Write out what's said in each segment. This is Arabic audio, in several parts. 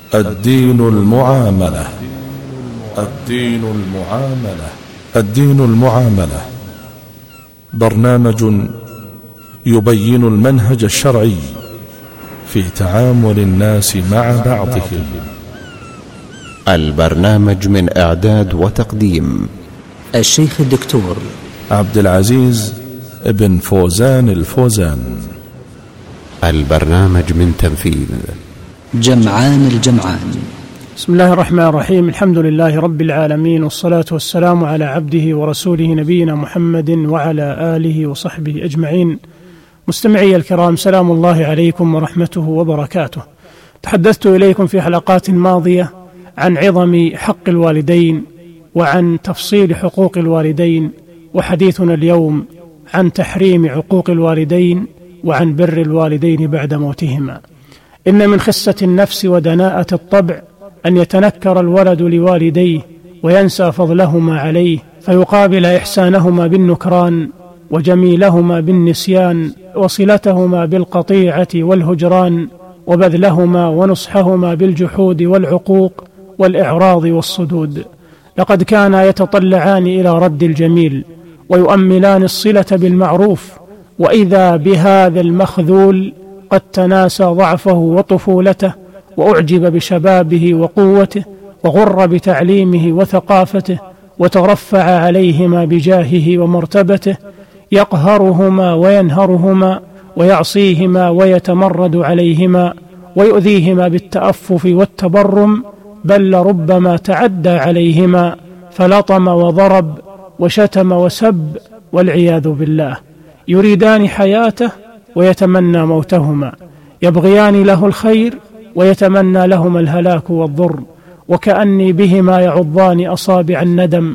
الدين المعاملة. الدين المعاملة. الدين المعاملة برنامج يبين المنهج الشرعي في تعامل الناس مع بعضهم. البرنامج من إعداد وتقديم الشيخ الدكتور عبد العزيز بن فوزان الفوزان. البرنامج من تنفيذ جمعان الجمعان. بسم الله الرحمن الرحيم. الحمد لله رب العالمين، والصلاة والسلام على عبده ورسوله نبينا محمد وعلى آله وصحبه أجمعين. مستمعي الكرام، سلام الله عليكم ورحمته وبركاته. تحدثت إليكم في حلقات ماضية عن عظم حق الوالدين وعن تفصيل حقوق الوالدين، وحديثنا اليوم عن تحريم عقوق الوالدين وعن بر الوالدين بعد موتهما. إن من خسة النفس ودناءة الطبع أن يتنكر الولد لوالديه وينسى فضلهما عليه، فيقابل إحسانهما بالنكران وجميلهما بالنسيان وصلتهما بالقطيعة والهجران وبذلهما ونصحهما بالجحود والعقوق والإعراض والصدود. لقد كانا يتطلعان إلى رد الجميل ويؤملان الصلة بالمعروف، وإذا بهذا المخذول قد تناسى ضعفه وطفولته وأعجب بشبابه وقوته وغر بتعليمه وثقافته وترفع عليهما بجاهه ومرتبته، يقهرهما وينهرهما ويعصيهما ويتمرد عليهما ويؤذيهما بالتأفف والتبرم، بل ربما تعدى عليهما فلطم وضرب وشتم وسب والعياذ بالله. يريدان حياته ويتمنى موتهما، يبغيان له الخير ويتمنى لهما الهلاك والضر، وكأني بهما يعضان أصابع الندم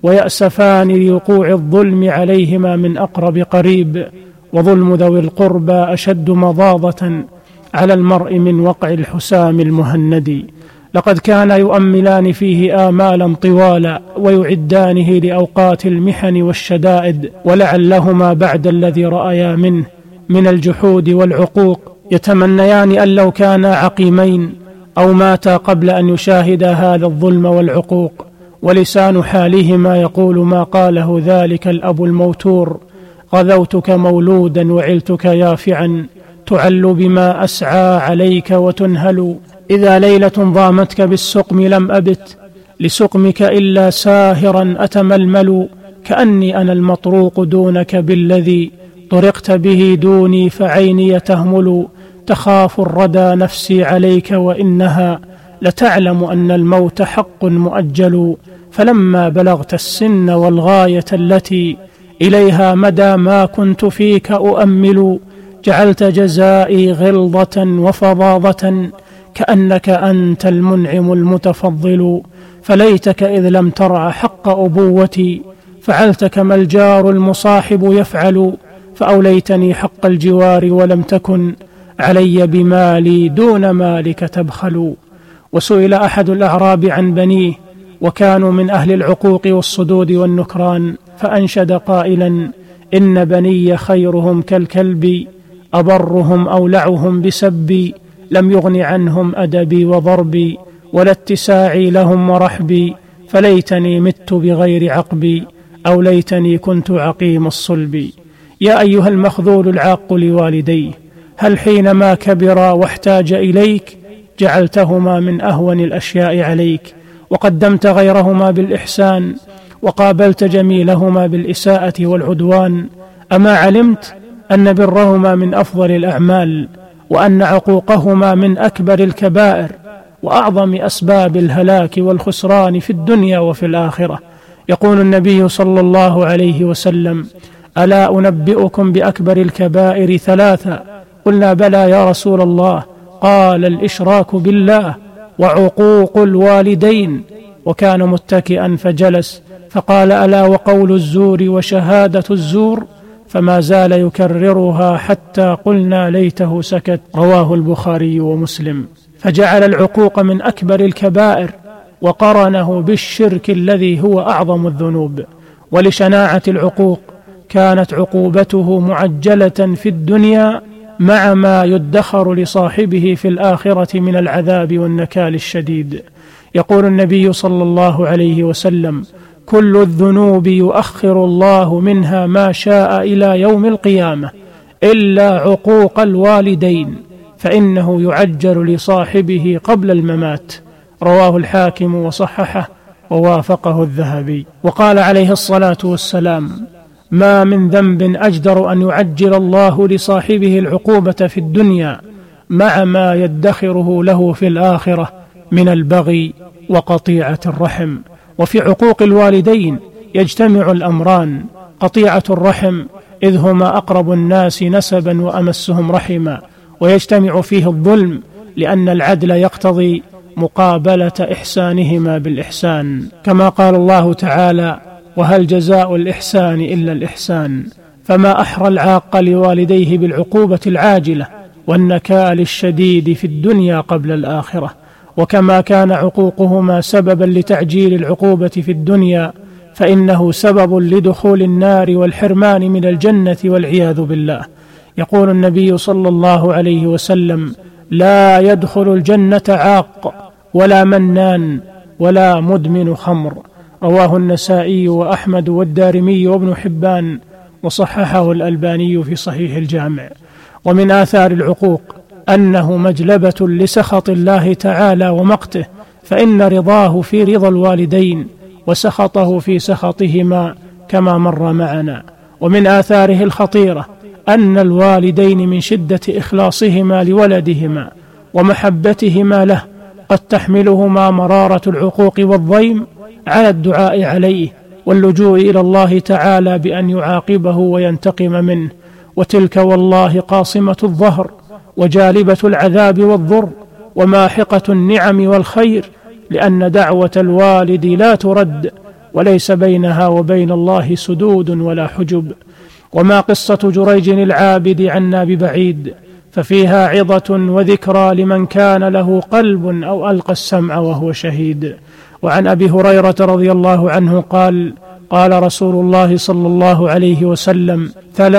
ويأسفان لوقوع الظلم عليهما من أقرب قريب، وظلم ذوي القربى أشد مضاضة على المرء من وقع الحسام المهند. لقد كان يؤملان فيه آمالا طوالا ويعدانه لأوقات المحن والشدائد، ولعلهما بعد الذي رأيا منه من الجحود والعقوق يتمنيان أن لو كانا عقيمين أو ماتا قبل أن يشاهدا هذا الظلم والعقوق. ولسان حالهما يقول ما قاله ذلك الأب الموتور: غذوتك مولودا وعلتك يافعا، تعل بما أسعى عليك وتنهل، إذا ليلة ضامتك بالسقم لم أبت لسقمك إلا ساهرا أتململ، كأني أنا المطروق دونك بالذي طرقت به دوني فعيني تهمل، تخاف الردى نفسي عليك وإنها لتعلم أن الموت حق مؤجل، فلما بلغت السن والغاية التي إليها مدى ما كنت فيك أؤمل، جعلت جزائي غلظة وفظاظة كأنك أنت المنعم المتفضل، فليتك إذ لم ترع حق أبوتي فعلت كما الجار المصاحب يفعل، فأوليتني حق الجوار ولم تكن علي بمالي دون مالك تبخل. وسئل أحد الأعراب عن بنيه وكانوا من أهل العقوق والصدود والنكران، فأنشد قائلا: إن بني خيرهم كالكلب، أبرهم أولعهم بسبي، لم يغن عنهم أدبي وضربي ولا اتساعي لهم ورحبي، فليتني مت بغير عقبي أو ليتني كنت عقيم الصلب. يا أيها المخذول العاق لوالديه، هل حينما كبرا واحتاج إليك جعلتهما من أهون الأشياء عليك، وقدمت غيرهما بالإحسان وقابلت جميلهما بالإساءة والعدوان؟ أما علمت أن برهما من أفضل الأعمال، وأن عقوقهما من أكبر الكبائر وأعظم أسباب الهلاك والخسران في الدنيا وفي الآخرة؟ يقول النبي صلى الله عليه وسلم: ألا أنبئكم بأكبر الكبائر ثلاثة؟ قلنا بلى يا رسول الله. قال: الإشراك بالله وعقوق الوالدين. وكان متكئا فجلس فقال: ألا وقول الزور وشهادة الزور؟ فما زال يكررها حتى قلنا ليته سكت. رواه البخاري ومسلم. فجعل العقوق من أكبر الكبائر وقرنه بالشرك الذي هو أعظم الذنوب. ولشناعة العقوق كانت عقوبته معجلة في الدنيا مع ما يدخر لصاحبه في الآخرة من العذاب والنكال الشديد. يقول النبي صلى الله عليه وسلم: كل الذنوب يؤخر الله منها ما شاء إلى يوم القيامة إلا عقوق الوالدين، فإنه يعجل لصاحبه قبل الممات. رواه الحاكم وصححه ووافقه الذهبي. وقال عليه الصلاة والسلام: ما من ذنب أجدر أن يعجل الله لصاحبه العقوبة في الدنيا مع ما يدخره له في الآخرة من البغي وقطيعة الرحم. وفي عقوق الوالدين يجتمع الأمران: قطيعة الرحم إذ هما أقرب الناس نسبا وأمسهم رحما، ويجتمع فيه الظلم لأن العدل يقتضي مقابلة إحسانهما بالإحسان، كما قال الله تعالى: وهل جزاء الإحسان إلا الإحسان. فما أحرى العاق لوالديه بالعقوبة العاجلة والنكال الشديد في الدنيا قبل الآخرة. وكما كان عقوقهما سببا لتعجيل العقوبة في الدنيا، فإنه سبب لدخول النار والحرمان من الجنة والعياذ بالله. يقول النبي صلى الله عليه وسلم: لا يدخل الجنة عاق ولا منان ولا مدمن خمر. رواه النسائي وأحمد والدارمي وابن حبان، وصححه الألباني في صحيح الجامع. ومن آثار العقوق أنه مجلبة لسخط الله تعالى ومقته، فإن رضاه في رضا الوالدين وسخطه في سخطهما كما مر معنا. ومن آثاره الخطيرة أن الوالدين من شدة إخلاصهما لولدهما ومحبتهما له قد تحملهما مرارة العقوق والضيم على الدعاء عليه واللجوء إلى الله تعالى بأن يعاقبه وينتقم منه، وتلك والله قاصمة الظهر وجالبة العذاب والضر وماحقة النعم والخير، لأن دعوة الوالد لا ترد وليس بينها وبين الله سدود ولا حجب. وما قصة جريج العابد عنا ببعيد، ففيها عظة وذكرى لمن كان له قلب أو ألقى السمع وهو شهيد. وعن أبي هريرة رضي الله عنه قال: قال رسول الله صلى الله عليه وسلم: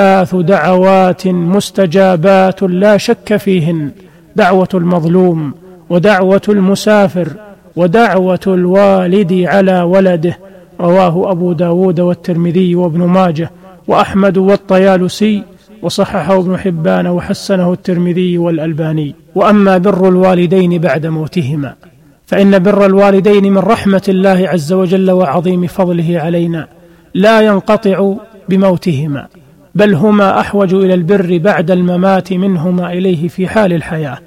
3 دعوات مستجابات لا شك فيهن: دعوة المظلوم، ودعوة المسافر، ودعوة الوالد على ولده. رواه أبو داود والترمذي وابن ماجه وأحمد والطيالسي، وصححه ابن حبان وحسنه الترمذي والألباني. وأما بر الوالدين بعد موتهما، فإن بر الوالدين من رحمة الله عز وجل وعظيم فضله علينا، لا ينقطع بموتهما، بل هما أحوج إلى البر بعد الممات منهما إليه في حال الحياة.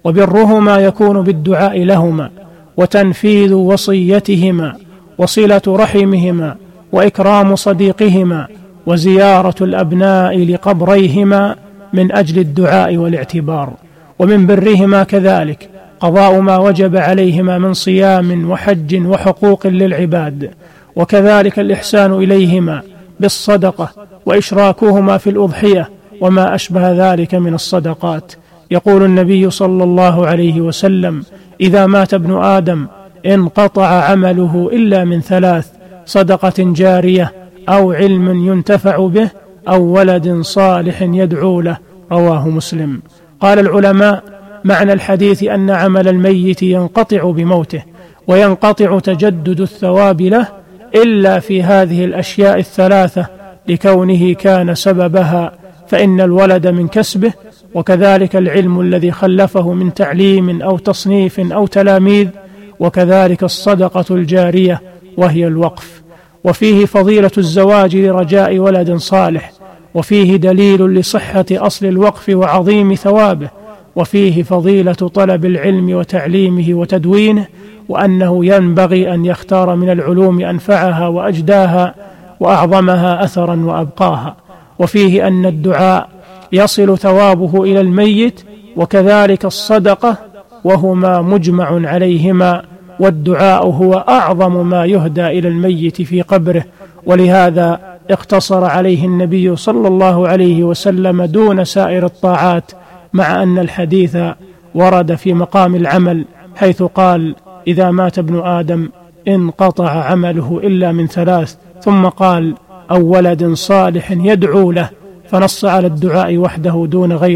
وبرهما يكون بالدعاء لهما وتنفيذ وصيتهما وصلة رحمهما وإكرام صديقهما وزيارة الأبناء لقبريهما من أجل الدعاء والاعتبار. ومن برهما كذلك قضاء ما وجب عليهما من صيام وحج وحقوق للعباد، وكذلك الإحسان إليهما بالصدقة وإشراكهما في الأضحية وما أشبه ذلك من الصدقات. يقول النبي صلى الله عليه وسلم: إذا مات ابن آدم انقطع عمله إلا من 3: صدقة جارية، أو علم ينتفع به، أو ولد صالح يدعو له. رواه مسلم. قال العلماء: معنى الحديث أن عمل الميت ينقطع بموته، وينقطع تجدد الثواب له إلا في هذه الأشياء 3 لكونه كان سببها، فإن الولد من كسبه، وكذلك العلم الذي خلفه من تعليم أو تصنيف أو تلاميذ، وكذلك الصدقة الجارية وهي الوقف. وفيه فضيلة الزواج لرجاء ولد صالح، وفيه دليل لصحة أصل الوقف وعظيم ثوابه، وفيه فضيلة طلب العلم وتعليمه وتدوينه، وأنه ينبغي أن يختار من العلوم أنفعها وأجداها وأعظمها أثرا وأبقاها. وفيه أن الدعاء يصل ثوابه إلى الميت، وكذلك الصدقة، وهما مجمع عليهما، والدعاء هو أعظم ما يهدى إلى الميت في قبره، ولهذا اقتصر عليه النبي صلى الله عليه وسلم دون سائر الطاعات، مع أن الحديث ورد في مقام العمل حيث قال: إذا مات ابن آدم انقطع عمله إلا من 3، ثم قال: أو ولد صالح يدعو له، فنص على الدعاء وحده دون غيره،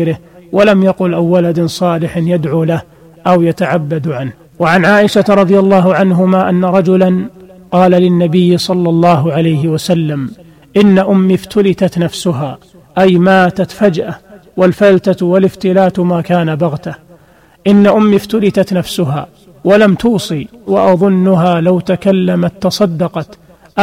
ولم يقل أو ولد صالح يدعو له أو يتعبد عنه. وعن عائشة رضي الله عنهما أن رجلا قال للنبي صلى الله عليه وسلم: إن أمي افتلتت نفسها، أي ماتت فجأة، والفلتة والافتلات ما كان بغتة. إن أمي افتلتت نفسها ولم توصي، وأظنها لو تكلمت تصدقت،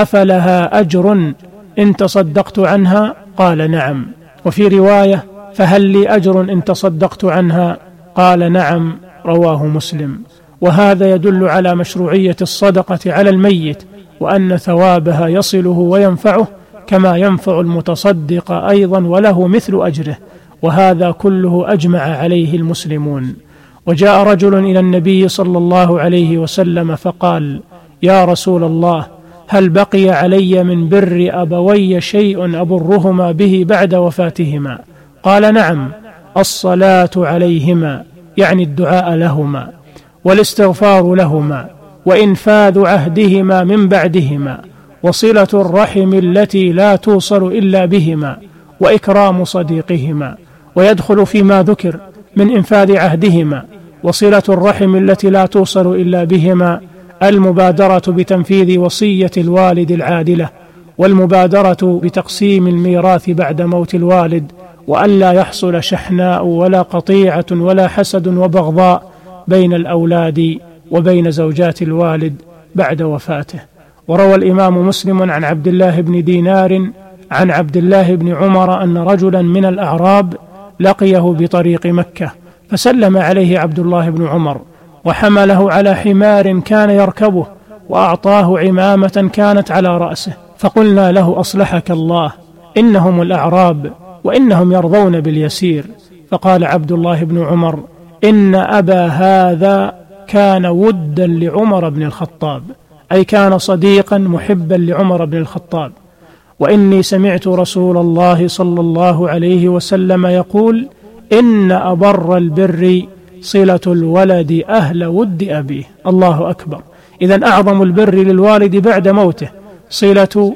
أفلها أجر إن تصدقت عنها؟ قال: نعم. وفي رواية: فهل لي أجر إن تصدقت عنها؟ قال: نعم. رواه مسلم. وهذا يدل على مشروعية الصدقة على الميت، وأن ثوابها يصله وينفعه كما ينفع المتصدق أيضا، وله مثل أجره، وهذا كله أجمع عليه المسلمون. وجاء رجل إلى النبي صلى الله عليه وسلم فقال: يا رسول الله، هل بقي علي من بر أبوي شيء أبرهما به بعد وفاتهما؟ قال: نعم، الصلاة عليهما، يعني الدعاء لهما، والاستغفار لهما، وإنفاذ عهدهما من بعدهما، وصلة الرحم التي لا توصل إلا بهما، وإكرام صديقهما. ويدخل فيما ذكر من إنفاذ عهدهما وصلة الرحم التي لا توصل إلا بهما المبادرة بتنفيذ وصية الوالد العادلة، والمبادرة بتقسيم الميراث بعد موت الوالد، وأن لا يحصل شحناء ولا قطيعة ولا حسد وبغضاء بين الأولاد وبين زوجات الوالد بعد وفاته. وروى الإمام مسلم عن عبد الله بن دينار عن عبد الله بن عمر أن رجلا من الأعراب لقيه بطريق مكة، فسلم عليه عبد الله بن عمر، وحمله على حمار كان يركبه، وأعطاه عمامة كانت على رأسه. فقلنا له: أصلحك الله، إنهم الأعراب وإنهم يرضون باليسير. فقال عبد الله بن عمر: إن أبا هذا كان ودا لعمر بن الخطاب، أي كان صديقا محبا لعمر بن الخطاب. وإني سمعت رسول الله صلى الله عليه وسلم يقول: إن أبر البر صلة الولد أهل ود أبيه. الله أكبر. إذن أعظم البر للوالد بعد موته صلة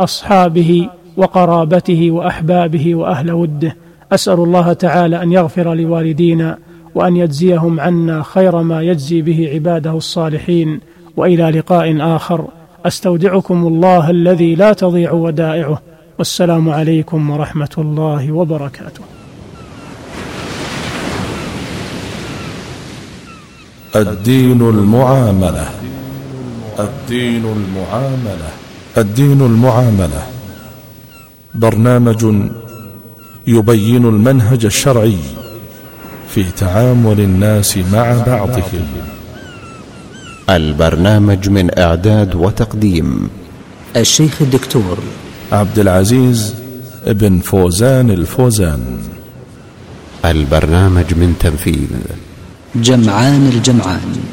أصحابه وقرابته وأحبابه وأهل وده. أسأل الله تعالى أن يغفر لوالدينا، وأن يجزيهم عنا خير ما يجزي به عباده الصالحين. وإلى لقاء آخر، أستودعكم الله الذي لا تضيع ودائعه، والسلام عليكم ورحمة الله وبركاته. الدين المعاملة. الدين المعاملة. الدين المعاملة برنامج يبين المنهج الشرعي في تعامل الناس مع بعضهم. البرنامج من إعداد وتقديم الشيخ الدكتور عبد العزيز ابن فوزان الفوزان. البرنامج من تنفيذ جمعان الجمعان.